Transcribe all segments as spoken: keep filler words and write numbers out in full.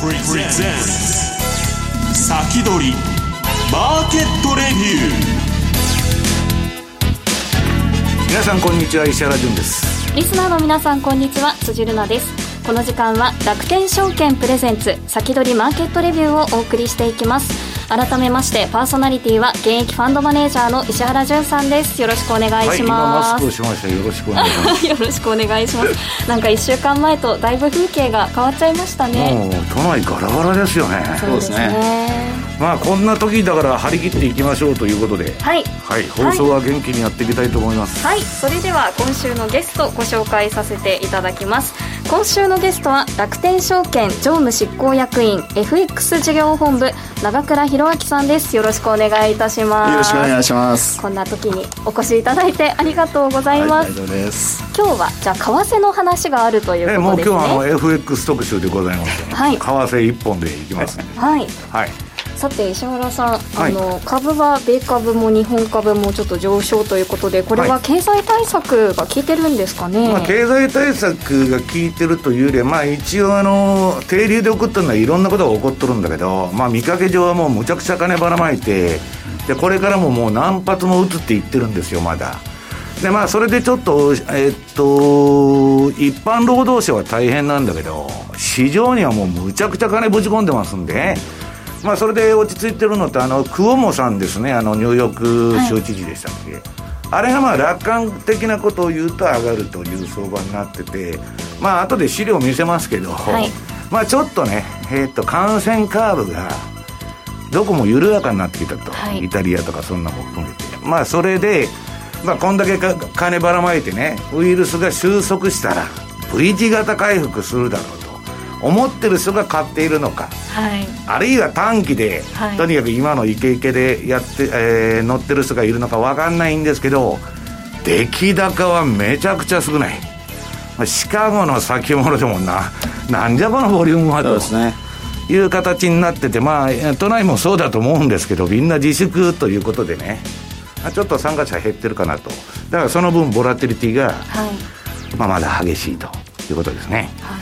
先取りマーケットレビュー。 皆さんこんにちは、石原潤です。 リスナーの皆さんこんにちは、辻るなです。この時間は楽天証券プレゼンツ先取りマーケットレビューをお送りしていきます。改めましてパーソナリティは現役ファンドマネージャーの石原潤さんです。よろしくお願いします。はい、 今マスクをしました。よろしくお願いしますよろしくお願いしますなんかいっしゅうかんまえとだいぶ風景が変わっちゃいましたね。 もう都内ガラガラですよね。 そうですね。 まあこんな時だから張り切っていきましょうということで、 はい、 はい、放送は元気にやっていきたいと思います。 はい、それでは今週のゲストご紹介させていただきます。今週のゲストは楽天証券常務執行役員 エフエックス 事業本部長倉弘明さんです。よろしくお願いいたします。 よろしくお願いします。 こんな時にお越しいただいてありがとうございます。 はい、大丈夫です。 今日はじゃあ為替の話があるということですね。 もう今日はあの エフエックス 特集でございます、ね。はい、為替一本でいきますね。 はい、 はい。 さて石原さん、はい、あの株は米株も日本株もちょっと上昇ということで、これは経済対策が効いてるんですかね。 まあ、経済対策が効いてるというよりは、まあ、一応あの定流で起こったのはいろんなことが起こってるんだけど、まあ、見かけ上はもうむちゃくちゃ金ばらまいて、でこれからももう何発も撃つって言ってるんですよまだ。でまあそれでちょっとえっと一般労働者は大変なんだけど、市場にはもうむちゃくちゃ金ぶち込んでますんで、まあ、それで落ち着いてるのってあのクオモさんですね。あのニューヨーク州知事でしたっけ、はい、あれがまあ楽観的なことを言うと上がるという相場になってて、まあ後で資料見せますけど、はい、まあちょっとね、えー、っと感染カーブがどこも緩やかになってきたと、はい、イタリアとかそんなも含めて、まあそれで、まあ、こんだけか金ばらまいてね、ウイルスが収束したら V 字型回復するだろうと思ってる人が買っているのか、はい、あるいは短期で、はい、とにかく今のイケイケでやって、えー、乗ってる人がいるのか分かんないんですけど、出来高はめちゃくちゃ少ない。シカゴの先物でもな、なんじゃこのボリュームはという形になってて、まあ都内もそうだと思うんですけど、みんな自粛ということでね、ちょっと参加者減ってるかなと。だからその分ボラティリティが、はい、まあ、まだ激しいということですね。はい、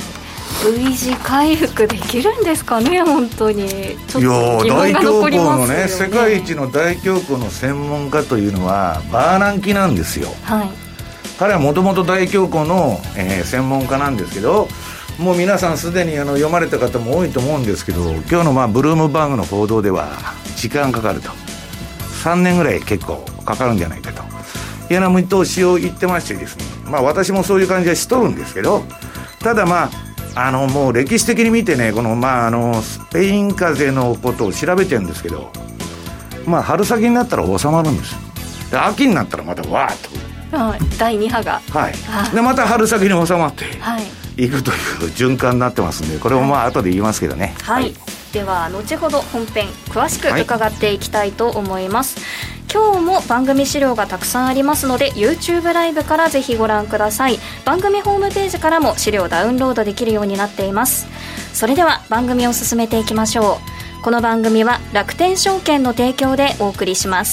V 字回復できるんですかね。本当にちょっと疑問大が残りますよね。 恐慌のね、世界一の大恐慌の専門家というのはバーナンキなんですよ。はい、彼はもともと大恐慌の、えー、専門家なんですけど、もう皆さんすでにあの読まれた方も多いと思うんですけど、今日のまあブルームバーグの報道では時間かかると、さんねんぐらい結構かかるんじゃないかというような見通しを言ってましてですね、まあ私もそういう感じはしとるんですけど、ただまああのもう歴史的に見てね、このまああのスペイン風邪のことを調べてるんですけど、まあ春先になったら収まるんです。で秋になったらまたわーっと、 はい、だいに波が、 はい、でまた春先に収まっていくという循環になってますんで、これもまあ後で言いますけどね。 はい、はい、では後ほど本編詳しく伺っていきたいと思います。はい、今日も番組資料がたくさんありますので YouTube ライブからぜひご覧ください。番組ホームページからも資料ダウンロードできるようになっています。それでは番組を進めていきましょう。この番組は楽天証券の提供でお送りします。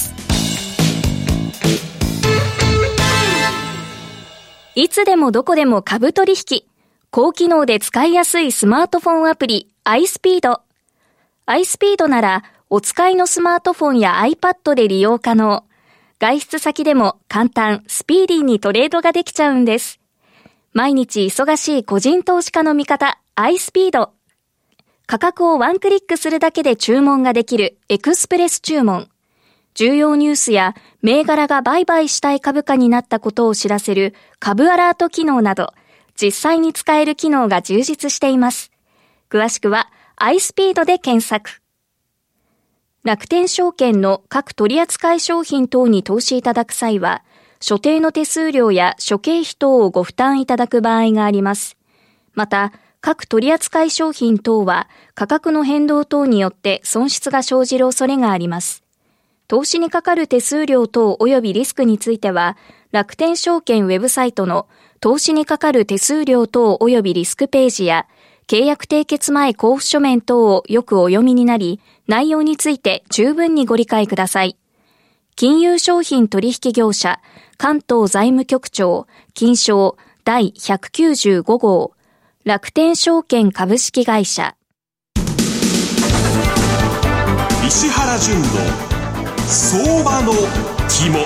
いつでもどこでも株取引、高機能で使いやすいスマートフォンアプリ iSpeed。 iSpeed ならお使いのスマートフォンや iPad で利用可能。外出先でも簡単、スピーディーにトレードができちゃうんです。毎日忙しい個人投資家の味方、iSpeed。価格をワンクリックするだけで注文ができるエクスプレス注文。重要ニュースや銘柄が売買したい株価になったことを知らせる株アラート機能など、実際に使える機能が充実しています。詳しくは iSpeed で検索。楽天証券の各取扱商品等に投資いただく際は、所定の手数料や諸経費等をご負担いただく場合があります。また、各取扱商品等は価格の変動等によって損失が生じる恐れがあります。投資にかかる手数料等及びリスクについては、楽天証券ウェブサイトの投資にかかる手数料等及びリスクページや、契約締結前交付書面等をよくお読みになり、内容について十分にご理解ください。金融商品取引業者、関東財務局長、金商第ひゃくきゅうじゅうご号、楽天証券株式会社。 石原淳の相場の肝。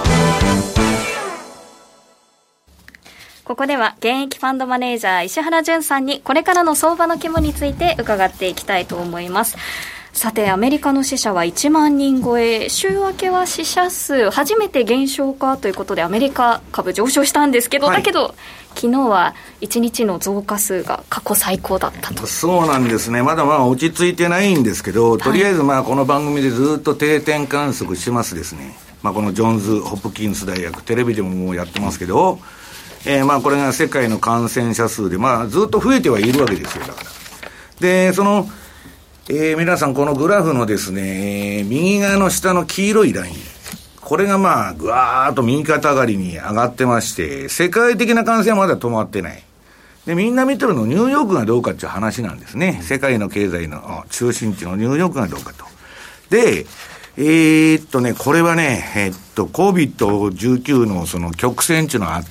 ここでは現役ファンドマネージャー石原淳さんにこれからの相場の肝について伺っていきたいと思います。さてアメリカの死者はいちまんにん超え、週明けは死者数初めて減少かということでアメリカ株上昇したんですけど、はい、だけど昨日はいちにちの増加数が過去最高だったと。 そうなんですね。まだまあ落ち着いてないんですけど、とりあえずまあこの番組でずっと定点観測しますですね、まあ、このジョンズ・ホプキンス大学テレビでももうやってますけど、えー、まあこれが世界の感染者数でまあずっと増えてはいるわけですよ。だからでそのえー、皆さんこのグラフのですね、えー、右側の下の黄色いライン、これがまあぐわーっと右肩上がりに上がってまして、世界的な感染はまだ止まってない。でみんな見てるのニューヨークがどうかっていう話なんですね。世界の経済の中心地のニューヨークがどうかと。でえー、っとねこれはねえー、っと コービッドじゅうきゅう のその曲線っていうのがあって、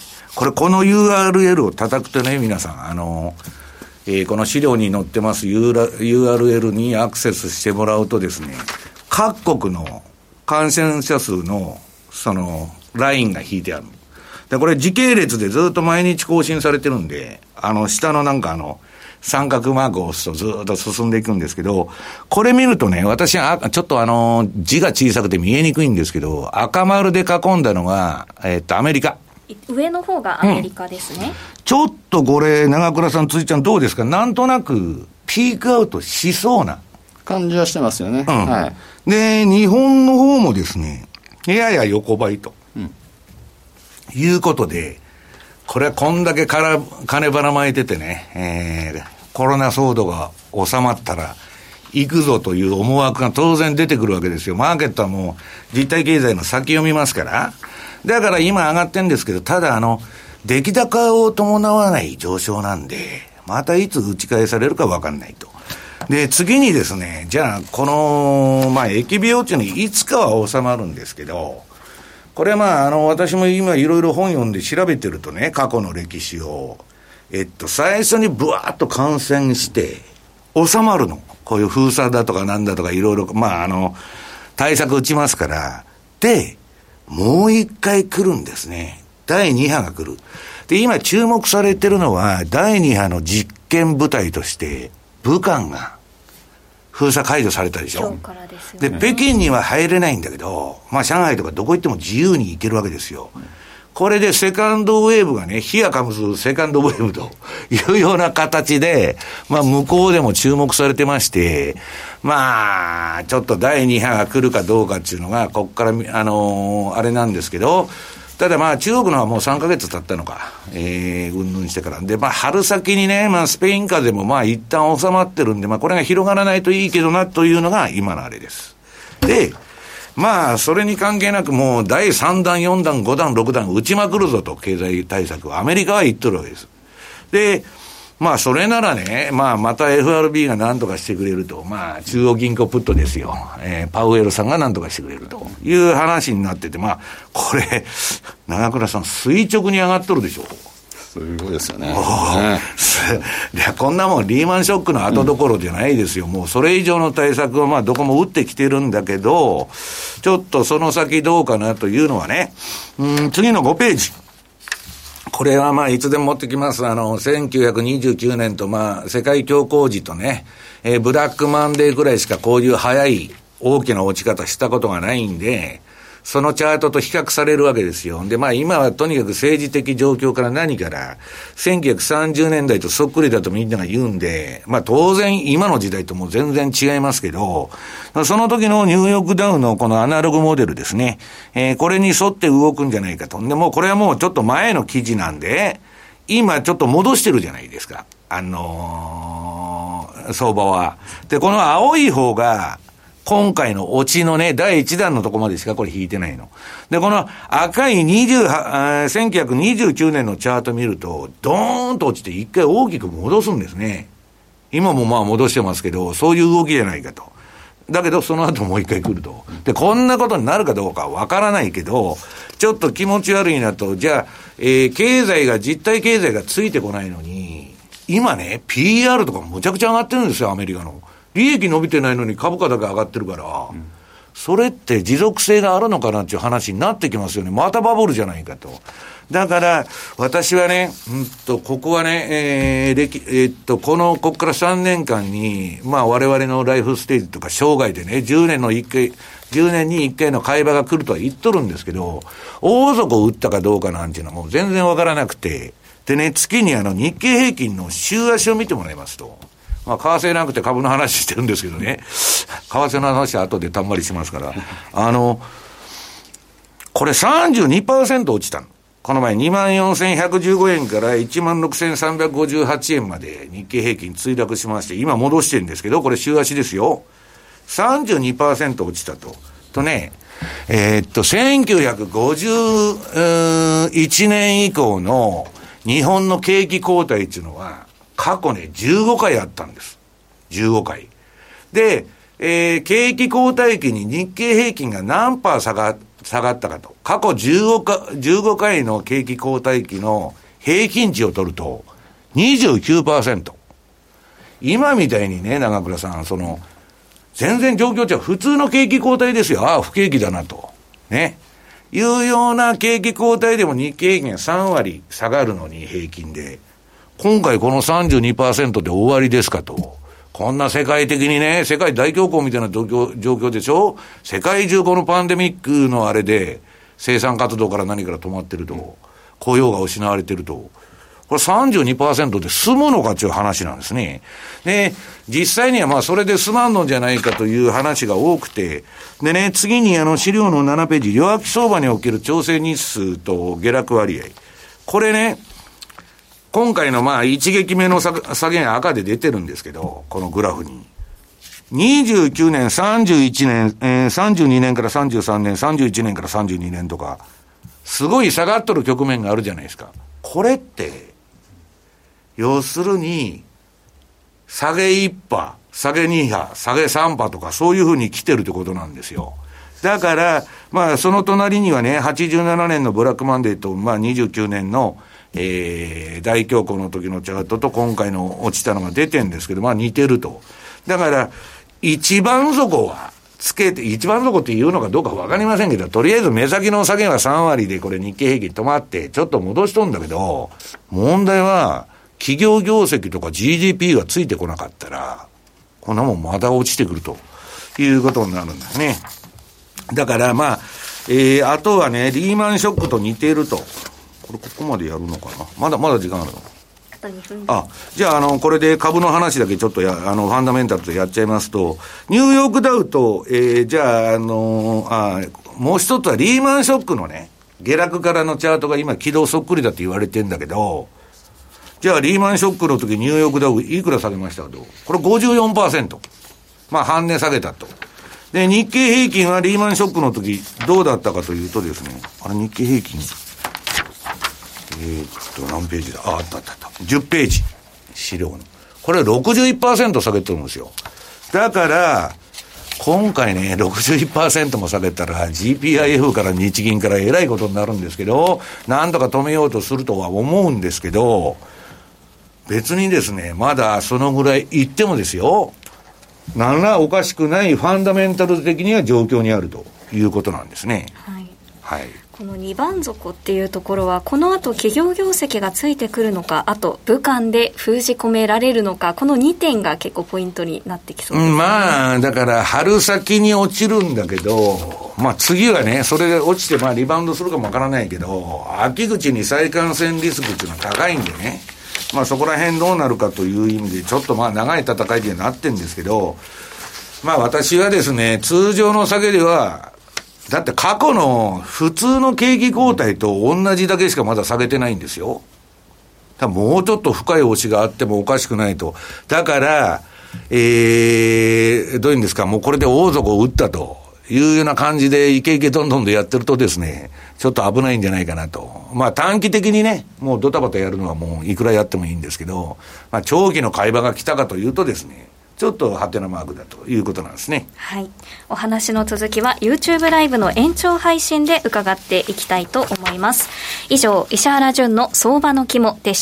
これこの ユーアールエル を叩くとね、皆さんあのえー、この資料に載ってます ユーアールエル にアクセスしてもらうとですね、各国の感染者数のそのラインが引いてある。でこれ時系列でずっと毎日更新されてるんで、あの下のなんかあの三角マークを押すとずっと進んでいくんですけど、これ見るとね、私はちょっとあの字が小さくて見えにくいんですけど、赤丸で囲んだのがえー、っとアメリカ、 上の方がアメリカですね、うん、 ちょっとこれ長倉さん、辻ちゃんどうですか。なんとなくピークアウトしそうな感じはしてますよね、うんはい、 で日本の方もですねやや横ばいと、うん、いうことで、これはこんだけから金ばらまいててね、えー、コロナ騒動が収まったら行くぞという思惑が当然出てくるわけですよ。マーケットはもう実体経済の先読みますから。だから今上がってるんですけど、ただあの出来高を伴わない上昇なんで、またいつ打ち返されるか分かんないと。で次にですね、じゃあこのまあ疫病っていうのにいつかは収まるんですけど、これはまああの私も今いろいろ本読んで調べてるとね、過去の歴史をえっと最初にブワーッと感染して収まるの、こういう封鎖だとかなんだとかいろいろまああの対策打ちますから、でもう一回来るんですね。だいに波が来る。で、今注目されてるのは、だいに波の実験部隊として、武漢が封鎖解除されたでしょ。 今日からですよね。 で、北京には入れないんだけど、まあ上海とかどこ行っても自由に行けるわけですよ。これでセカンドウェーブがね、火がかむすセカンドウェーブというような形で、まあ向こうでも注目されてまして、まあちょっとだいに波が来るかどうかっていうのがこっからあのー、あれなんですけど、ただまあ中国のはもうさんかげつ経ったのか、えー、うんぬんしてからで、まあ春先にね、まあスペイン風邪もまあ一旦収まってるんで、まあこれが広がらないといいけどなというのが今のあれです。で、まあそれに関係なくもうだいさんだんよんだんごだんろくだん打ちまくるぞと、経済対策をアメリカは言っとるわけです。でまあそれならね、まあまた エフアールビー が何とかしてくれると、まあ中央銀行プットですよ、えー、パウエルさんが何とかしてくれるという話になってて、まあこれ長倉さん垂直に上がっとるでしょ。 すごいですよね。ねいやこんなもんリーマンショックの後どころじゃないですよ、うん、もうそれ以上の対策はまあどこも打ってきてるんだけど、ちょっとその先どうかなというのはね、うん、次のごページ、これはまあいつでも持ってきます。あのせんきゅうひゃくにじゅうきゅうねんとまあ世界恐慌時とね、えー、ブラックマンデーくらいしかこういう早い大きな落ち方したことがないんで、そのチャートと比較されるわけですよ。でまあ今はとにかく政治的状況から何からせんきゅうひゃくさんじゅうねんだいとそっくりだとみんなが言うんで、まあ当然今の時代とも全然違いますけど、その時のニューヨークダウのこのアナログモデルですね、えー、これに沿って動くんじゃないかと。でもうこれはもうちょっと前の記事なんで、今ちょっと戻してるじゃないですか、あのー、相場は。でこの青い方が今回の落ちのね、だいいちだんのとこまでしかこれ引いてないの。で、この赤いにじゅうはち、せんきゅうひゃくにじゅうきゅうねんのチャート見ると、ドーンと落ちて一回大きく戻すんですね。今もまあ戻してますけど、そういう動きじゃないかと。だけど、その後もう一回来ると。で、こんなことになるかどうかわからないけど、ちょっと気持ち悪いなと。じゃあ、えー、経済が、実体経済がついてこないのに、今ね、ピーアール とかむちゃくちゃ上がってるんですよ、アメリカの。 利益伸びてないのに株価だけ上がってるから、うん、それって持続性があるのかなっていう話になってきますよね。またバブルじゃないかと。だから私はね、うんとここはね、えー、歴えー、っとこのここからさんねんかんにまあ我々のライフステージとか生涯でねじゅうねんのいっかいじゅうねんにいっかいの買い場が来るとは言っとるんですけど、大底を打ったかどうかなんていうのはもう全然わからなくて、でね、月にあの日経平均の週足を見てもらいますと、まあ為替なくて株の話してるんですけどね、為替の話は後でたんまりしますから、あのこれ さんじゅうにパーセント 落ちたの。この前 にまんよんせんひゃくじゅうごえんから いちまんろくせんさんびゃくごじゅうはちえんまで日経平均墜落しまして、今戻してるんですけど、これ週足ですよ。さんじゅうにパーセント 落ちたと。とね、えー、っと、せんきゅうひゃくごじゅういちねん以降の日本の景気後退っていうのは、過去ね、じゅうごかいあったんです。じゅうごかい。で、えー、景気後退期に日経平均が何パー下が、下がったかと。過去じゅうごかい、じゅうごかいの景気後退期の平均値を取ると にじゅうきゅうパーセント。今みたいにね、長倉さん、その、全然状況値は普通の景気後退ですよ。ああ、不景気だなと。ね。いうような景気後退でも日経平均がさんわり下がるのに平均で、今回この さんじゅうにパーセント で終わりですかと。こんな世界的にね、世界大恐慌みたいな状況、状況でしょ。世界中このパンデミックのあれで生産活動から何から止まってると、雇用が失われてると。これ さんじゅうにパーセント で済むのかという話なんですね。で、実際にはまあそれで済まんのじゃないかという話が多くて、でね、次にあの資料のななページ、弱気相場における調整日数と下落割合。これね、今回のまあ一撃目の下げが赤で出てるんですけど、このグラフに。にじゅうきゅうねん、さんじゅういちねん、えー、さんじゅうにねんからさんじゅうさんねん、さんじゅういちねんからさんじゅうにねんとか、すごい下がっとる局面があるじゃないですか。これって、要するに、下げいち波、下げに波、下げさん波とかそういうふうに来てるってことなんですよ。だから、まあその隣にはね、はちじゅうななねんのブラックマンデーと、まあにじゅうきゅうねんの、えー、大恐慌の時のチャートと今回の落ちたのが出てるんですけど、まあ似てると。だから、一番底はつけて、一番底っていうのかどうかわかりませんけど、とりあえず目先の下げはさんわりでこれ日経平均止まって、ちょっと戻しとんだけど、問題は、企業業績とか ジーディーピー がついてこなかったら、こんなもんまた落ちてくるということになるんですね。だからまあ、えー、あとはね、リーマンショックと似ていると。これここまでやるのかな、まだまだ時間あるの。 あとにふん。 あ、じゃああのこれで株の話だけちょっとやあのファンダメンタルとやっちゃいますと、ニューヨークダウと、えー、じゃああのあもう一つはリーマンショックのね下落からのチャートが今軌道そっくりだって言われてんだけど、じゃあリーマンショックの時ニューヨークダウいくら下げましたかと。これ ごじゅうよんパーセント、まあ半値下げたと。で日経平均はリーマンショックの時どうだったかというとですね、あれ日経平均えー、っと何ページだ、ああったあったあったじゅっページ資料のこれ ろくじゅういちパーセント 下げてるんですよ。だから今回ね ろくじゅういちパーセント も下げたら ジーピーアイエフ から日銀からえらいことになるんですけど、なんとか止めようとするとは思うんですけど、別にですねまだそのぐらいいってもですよ、何らおかしくないファンダメンタル的には状況にあるということなんですね。 はい、 はい、 このにばん底っていうところはこの後企業業績がついてくるのか、あと武漢で封じ込められるのか、このにてんが結構ポイントになってきそうですね。 まあだから春先に落ちるんだけど、まあ次はねそれで落ちてまあリバウンドするかもわからないけど、秋口に再感染リスクっていうのは高いんでね、まあそこら辺どうなるかという意味でちょっとまあ長い戦いにはなってるんですけど、まあ私はですね通常の下げではだって過去の普通の景気後退と同じだけしかまだ下げてないんですよ。多分もうちょっと深い押しがあってもおかしくないと。だから、えー、どういうんですか、もうこれで大底を打ったというような感じでイケイケどんどんでやってるとですね、ちょっと危ないんじゃないかなと。まあ短期的にね、もうドタバタやるのはもういくらやってもいいんですけど、まあ長期の買い場が来たかというとですね、ちょっとハテナマークだということなんですね。 はい。お話の続きは YouTube ライブの延長配信で伺っていきたいと思います。以上、石原潤の相場の肝でした。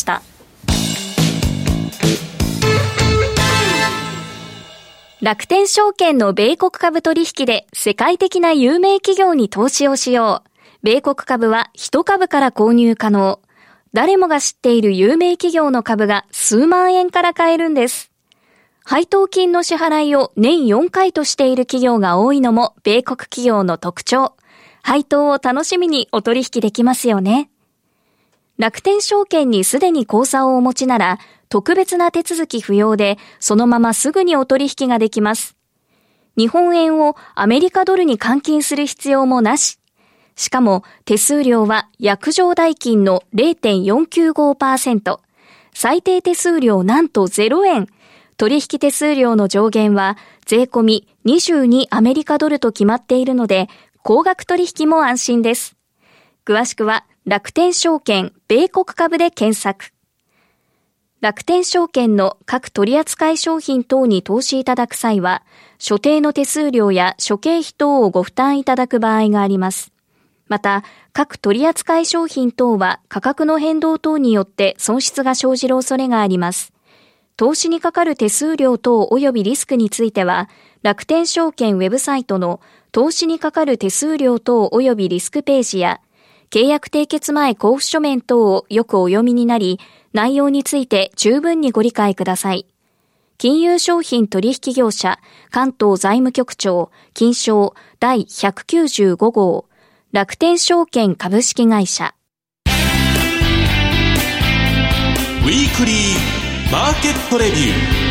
楽天証券の米国株取引で世界的な有名企業に投資をしよう。米国株は一株から購入可能。誰もが知っている有名企業の株が数万円から買えるんです。配当金の支払いを年よんかいとしている企業が多いのも米国企業の特徴。配当を楽しみにお取引できますよね。楽天証券にすでに口座をお持ちなら、特別な手続き不要で、そのまますぐにお取引ができます。日本円をアメリカドルに換金する必要もなし。しかも手数料は約定代金の ゼロてんよんきゅうごパーセント。最低手数料なんとゼロえん。取引手数料の上限は税込みにじゅうにアメリカドルと決まっているので、高額取引も安心です。詳しくは楽天証券米国株で検索。楽天証券の各取扱商品等に投資いただく際は、所定の手数料や諸経費等をご負担いただく場合があります。また、各取扱商品等は価格の変動等によって損失が生じる恐れがあります。投資にかかる手数料等及びリスクについては、楽天証券ウェブサイトの投資にかかる手数料等及びリスクページや、契約締結前交付書面等をよくお読みになり、内容について十分にご理解ください。金融商品取引業者関東財務局長金商第ひゃくきゅうじゅうご号楽天証券株式会社。 ウィークリーマーケットレビュー。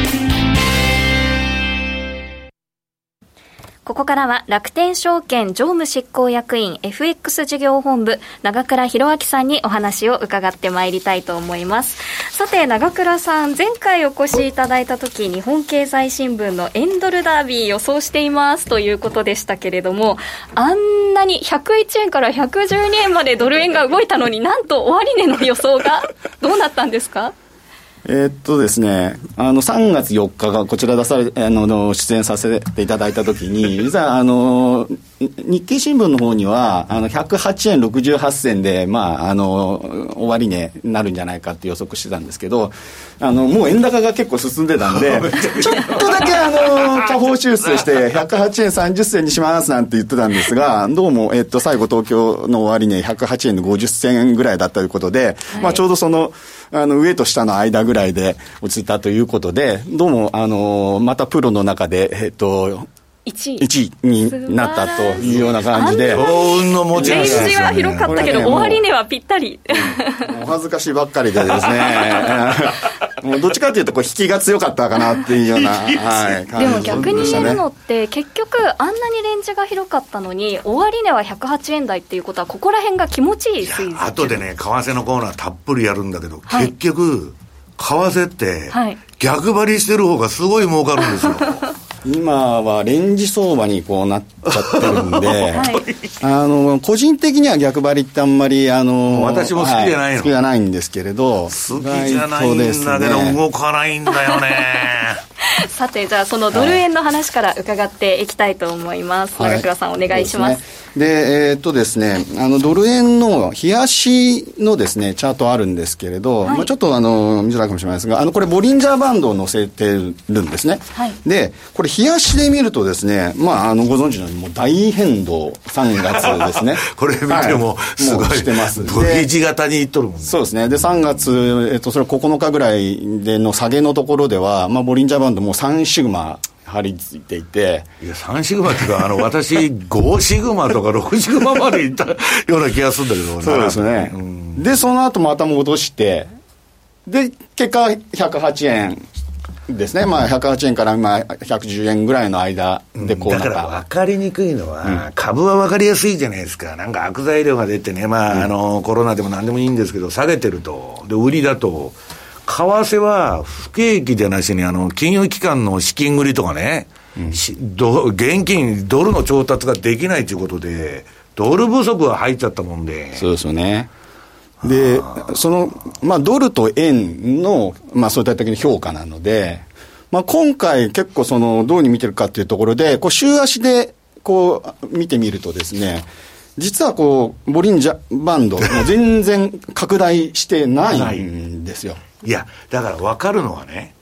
ここからは楽天証券常務執行役員 エフエックス 事業本部長倉弘明さんにお話を伺ってまいりたいと思います。さて長倉さん、前回お越しいただいた時、日本経済新聞の円ドルダービー予想していますということでしたけれども、あんなにひゃくいちえんからひゃくじゅうにえんまでドル円が動いたのに、なんと終値の予想がどうなったんですか？ えー、っとですね、あのさんがつよっかがこちら出されあの出演させていただいたときに、実はあの日経新聞の方にはあのひゃくはちえんろくじゅうはっせんで、まあ、あの終値になるんじゃないかって予測してたんですけど、あのもう円高が結構進んでたんでちょっとだけあの下方修正してひゃくはちえんさんじゅっせんにしますなんて言ってたんですが、どうも、えー、っと最後東京の終値ひゃくはちえんのごじゅっせんえんぐらいだったということで、はい、まあ、ちょうどそのあの上と下の間ぐらいで落ちたということで、どうもあのまたプロの中でえっといちい, いちいになったというような感じで、 幸運の持ち主レンジは広かったけど、ね、終値はぴったり、 うん、お恥ずかしいばっかりでですねもうどっちかというとこう引きが強かったかなっていうような、はい、感じでしたね。 でも逆に言えるのって結局あんなにレンジが広かったのに終値はひゃくはちえん台っていうことは、ここら辺が気持ちいい水準。 あとでね、為替のコーナーたっぷりやるんだけど、はい、結局為替って逆張りしてる方がすごい儲かるんですよ今はレンジ相場にこうなっちゃってるんで、はい、あの個人的には逆張りってあんまりあの私も好きじゃないの、はい、 好きじゃないんですけれど、 好きじゃないんだけど、ね、動かないんだよねさて、じゃあそのドル円の話から伺っていきたいと思います。長倉さん、お願いします。 で、えー、っとですね、あのドル円の冷やしのですねチャートあるんですけれど、はい、まあ、ちょっとあの見づらいかもしれないですが、あのこれボリンジャーバンドを載せてるんですね、はい、でこれ冷やしで見るとですね、まあ、あのご存知のようにもう大変動さんがつですねこれ見てもすごい、はい、 してます。 V 字型にいっとるもんね。 そうですね。でさんがつ、えっと、それここのかぐらいでの下げのところでは、まあ、ボリンジャーバンドもうさんシグマ張り付いていて、 いやさんシグマっていうかあの私ごシグマとかろくシグマまでいったような気がするんだけどそうですね、うん、でその後また戻してで結果ひゃくはちえんですね、まあ、ひゃくはちえんから今ひゃくじゅうえんぐらいの間でこうなった、 うん、だから分かりにくいのは、うん、株は分かりやすいじゃないですか。なんか悪材料が出てね、まあ、うん、あのコロナでも何でもいいんですけど下げてると、で売りだと為替は不景気じゃなしにあの金融機関の資金繰りとかね、うん、ど現金ドルの調達ができないということでドル不足が入っちゃったもんで。 そうですよね。でその、まあ、ドルと円の、まあ、相対的な評価なので、まあ、今回結構そのどうに見てるかっていうところでこう週足でこう見てみるとですね、実はこうボリンジャーバンドも全然拡大してないんですよいやだから分かるのはね、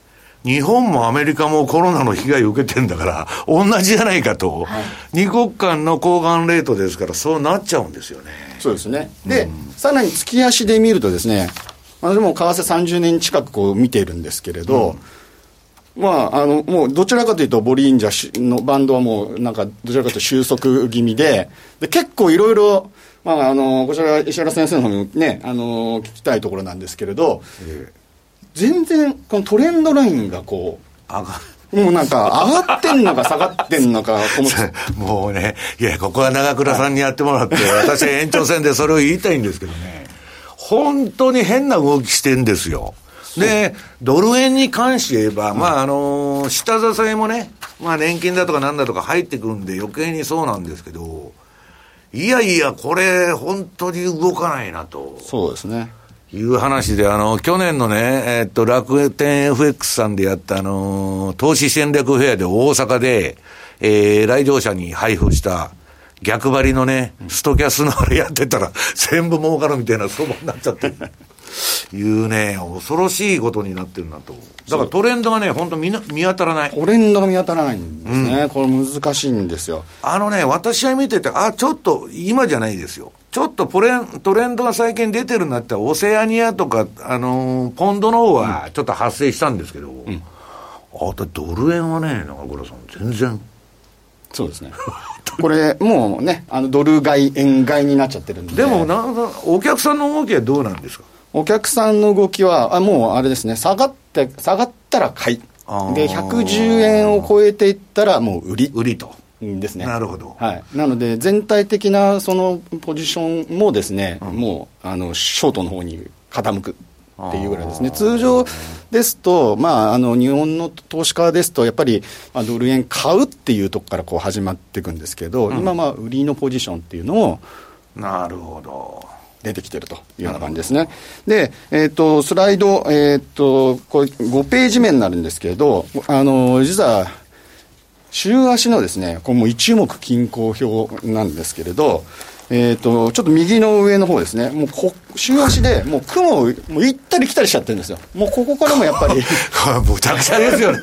日本もアメリカもコロナの被害を受けてんだから同じじゃないかと、はい、二国間の交換レートですからそうなっちゃうんですよね。 そうですね。で、うん、さらに月足で見るとですね、私も為替さんじゅうねん近くこう見ているんですけれど、うん、まああのもうどちらかというとボリンジャーのバンドはもうなんかどちらかというと収束気味で、で結構いろいろまああのこちら石原先生の方にねあの聞きたいところなんですけれど、えー全然このトレンドラインがこう上がもうなんか上がってんのか下がってんのかもうね、いやここは長倉さんにやってもらって、はい、私は延長戦でそれを言いたいんですけどね本当に変な動きしてんですよ。でドル円に関して言えば、まああの下支えもね、まあ年金だとかなんだとか入ってくるんで余計にそうなんですけど、いやいやこれ本当に動かないなと。 そうですねいう話で、あの、去年のね、えっと、楽天 エフエックス さんでやった、あの、投資戦略フェアで大阪で、えー、来場者に配布した逆張りのね、ストキャスのあれやってたら、全部儲かるみたいな相場になっちゃってる。いうね、恐ろしいことになってるなと。だからトレンドがね、本当見な、見当たらない。 トレンドが見当たらないんですね。うん、これ難しいんですよ。 あのね、私は見てて、あ、ちょっと、今じゃないですよ。ちょっとポレントレンドが最近出てるんだったらオセアニアとか、あのー、ポンドの方はちょっと発生したんですけど、うん、あとドル円はね中倉さん全然そうですねこれもうねあのドル買い円買いになっちゃってるんで。 でもなんかお客さんの動きはどうなんですか。 お客さんの動きはあもうあれですね下がって下がったら買いでひゃくじゅうえんを超えていったらもう売り売りとですね。 なるほど、 はい、なので全体的なそのポジションもですね、うん、もうあのショートの方に傾くっていうぐらいですね。通常ですと、まあ、あの日本の投資家ですとやっぱり、まあ、ドル円買うっていうところからこう始まっていくんですけど、うん、今まあ売りのポジションっていうのをなるほど出てきてるというような感じですね。で、えー、とスライド、えー、とこれごページ目になるんですけれど、あの実は週足のですね、これもう一目均衡表なんですけれど、えーと、ちょっと右の上の方ですね、もうこ週足でもう雲をもう行ったり来たりしちゃってるんですよ。もうここからもやっぱりむちゃくちゃですよね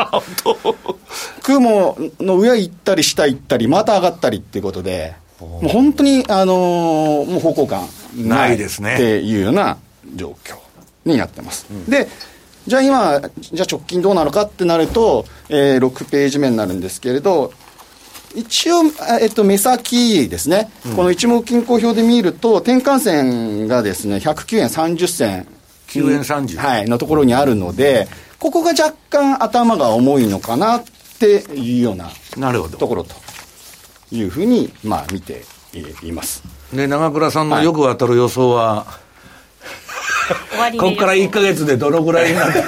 雲の上行ったり下行ったりまた上がったりっていうことで、もう本当にあのー、もう方向感ないですねっていうような状況になってます、うん、でじゃあ今じゃあ直近どうなのかってなると、えー、ろくページ目になるんですけれど、一応、えっと、目先ですね、うん、この一目均衡表で見ると転換線がですねひゃくきゅうえんさんじゅっ銭きゅうえんさんじゅう、 はい、のところにあるので、ここが若干頭が重いのかなっていうようなところというふうに、まあ、見ています。 で長倉さんのよく当たる予想は、はい、ここからいっかげつでどのぐらいになって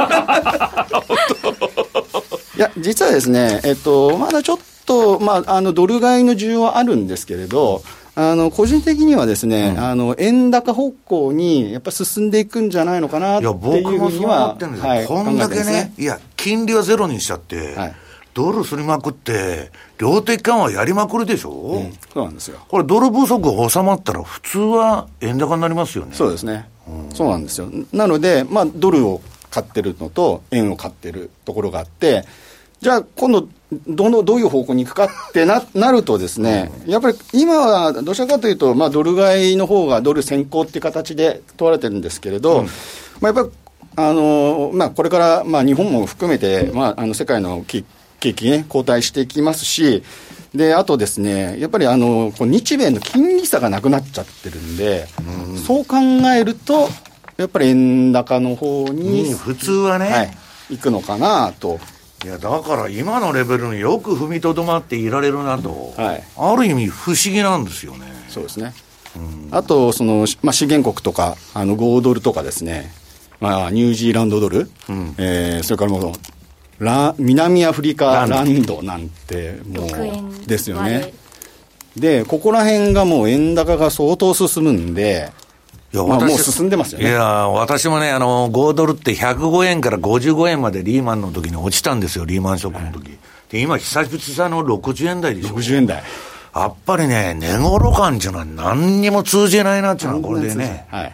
いや実はですね、えっと、まだちょっと、まあ、あのドル買いの需要はあるんですけれど、あの個人的にはですね、うん、あの円高方向にやっぱり進んでいくんじゃないのかなっていうふうには、いや僕もそう思ってるんですよ、はい、 こんだけ ね, ねいや金利はゼロにしちゃって、はい、ドルすりまくって量的緩和やりまくるでしょ、うん、 そうなんですよ。 これドル不足が収まったら普通は円高になりますよね。 そうですね、うん、そうなんですよ。なので、まあ、ドルを買ってるのと円を買ってるところがあって、じゃあ今度どのどういう方向に行くかって な, なるとですね、やっぱり今はどちらかというと、まあ、ドル買いの方がドル先行っていう形で問われてるんですけれど、うん、まあ、やっぱりあの、まあ、これから、まあ、日本も含めて、まあ、あの世界の景気ね後退していきますし、であとですね、やっぱりあのこう日米の金利差がなくなっちゃってるんで、うん、そう考えるとやっぱり円高の方に、 うん、普通はね、 はい、行くのかなと。 いやだから今のレベルによく踏みとどまっていられるなと、はい、ある意味不思議なんですよね。 そうですね、うん、あとその、まあ、資源国とかあのごドルとかですね、まあ、ニュージーランドドル、うん、えー、それからもうラ南アフリカランドなんてもうですよね。でここら辺がもう円高が相当進むんで、いや、まあ、もう進んでますよね。 いや私もねあのごドルってひゃくごえんからごじゅうごえんまでリーマンの時に落ちたんですよ、リーマンショックの時、はい、で今久々のろくじゅうえん台でしょ。 ろくじゅうえん台やっぱりね値頃感っていうのは何にも通じないなっていうのはこれでね、 はい、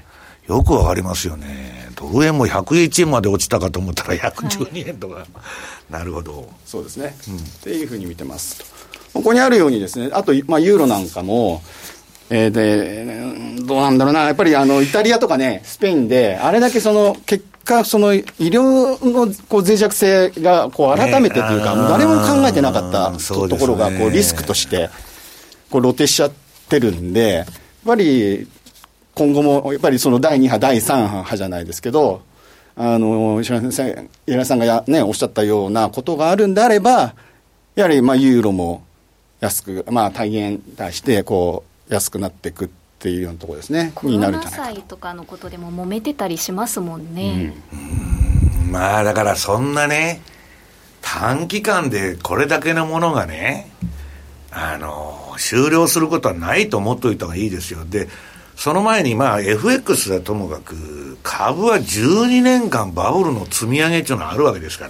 よくわかりますよね。ドル円もひゃくいちえんまで落ちたかと思ったらひゃくじゅうにえんとか、はい、なるほど。 そうですね、うん、っていうふうに見てますと。ここにあるようにですね、あと、まあ、ユーロなんかも、えー、でどうなんだろうな、やっぱりあのイタリアとかね、スペインであれだけその結果その医療のこう脆弱性がこう改めてというか、ね、誰も考えてなかったところがこうリスクとしてこう露呈しちゃってるんで、やっぱり今後もやっぱりそのだいに波だいさん波じゃないですけど、あの石原先生、石原さんがや、ね、おっしゃったようなことがあるんであれば、やはりまあユーロも安く、まあ、対円に対してこう安くなっていくっていうようなところですね。 コロナ債とかのことでも揉めてたりしますもんね、 うん、うん、まあだからそんなね短期間でこれだけのものがねあの終了することはないと思っておいた方がいいですよ。でその前にまあ エフエックス はともかく株はじゅうにねんかんバブルの積み上げっていうのがあるわけですから、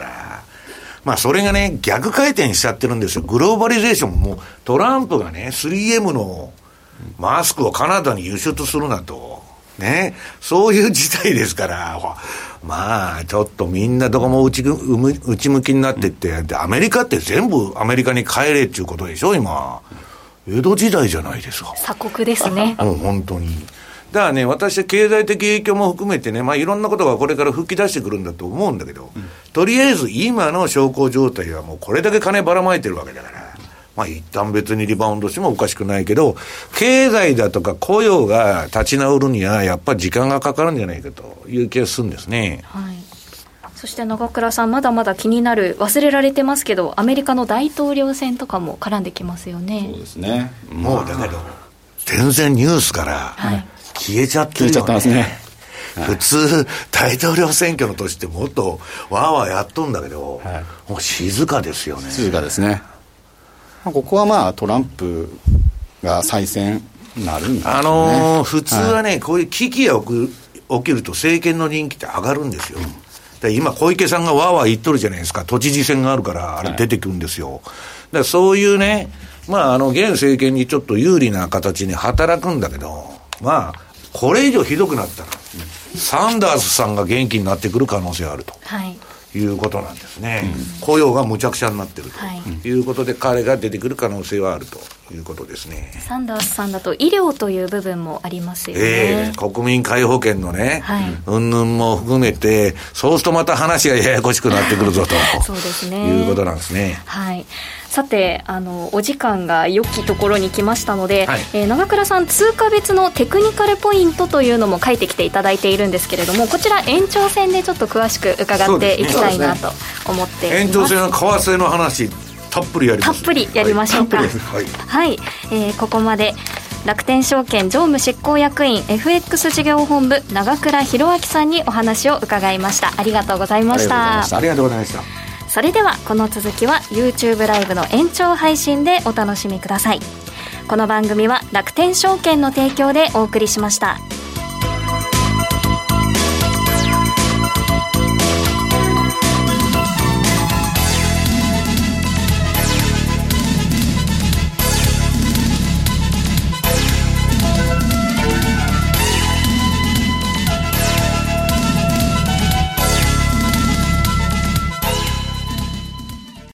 まあそれがね逆回転しちゃってるんですよ。グローバリゼーションもトランプがね スリーエム のマスクをカナダに輸出するなとね、そういう事態ですから、まあちょっとみんなどこも内内向きになってって、でアメリカって全部アメリカに帰れっていうことでしょ今。江戸時代じゃないですか。 鎖国ですね。 もう本当に。だからね、私は経済的影響も含めてね、まあいろんなことがこれから吹き出してくるんだと思うんだけど、うん、とりあえず今の小康状態はもうこれだけ金ばらまいてるわけだから、まあ一旦別にリバウンドしてもおかしくないけど、経済だとか雇用が立ち直るにはやっぱり時間がかかるんじゃないかという気がするんですね。 はい。そして長倉さん、まだまだ気になる、忘れられてますけど、アメリカの大統領選とかも絡んできますよね。 そうですね。 もうだけど全然ニュースから消えちゃってるよね。消えちゃってますね。普通大統領選挙の年ってもっとわーわーやっとんだけど、はい、もう静かですよね。 静かですね。ここはまあトランプが再選になるんですね。 あのー、普通はね、はい、こういう危機が起きると政権の人気って上がるんですよ、うん、で今小池さんがわーわー言っとるじゃないですか。都知事選があるからあれ出てくるんですよ、はい、だからそういうね、まああの現政権にちょっと有利な形に働くんだけど、まあこれ以上ひどくなったら、うん、サンダースさんが元気になってくる可能性があると、はい、いうことなんですね、うん、雇用がむちゃくちゃになってると、はい、いうことで彼が出てくる可能性はあるということですね。 サンダースさんだと医療という部分もありますよね、 えー、国民皆保険のね、はい、云々も含めて、そうするとまた話がややこしくなってくるぞとそうですね、 いうことなんですね。 はい。さて、あのお時間が良きところに来ましたので、はい、えー、長倉さん、通貨別のテクニカルポイントというのも書いてきていただいているんですけれども、こちら延長戦でちょっと詳しく伺っていきたいなと思っています。 延長戦の為替の話たっぷりやります。 たっぷりやりましょうか。はい、はい、えー、ここまで楽天証券常務執行役員 エフエックス 事業本部長倉弘明さんにお話を伺いました。ありがとうございました。 ありがとうございました。 それではこの続きは YouTube ライブの延長配信でお楽しみください。この番組は楽天証券の提供でお送りしました。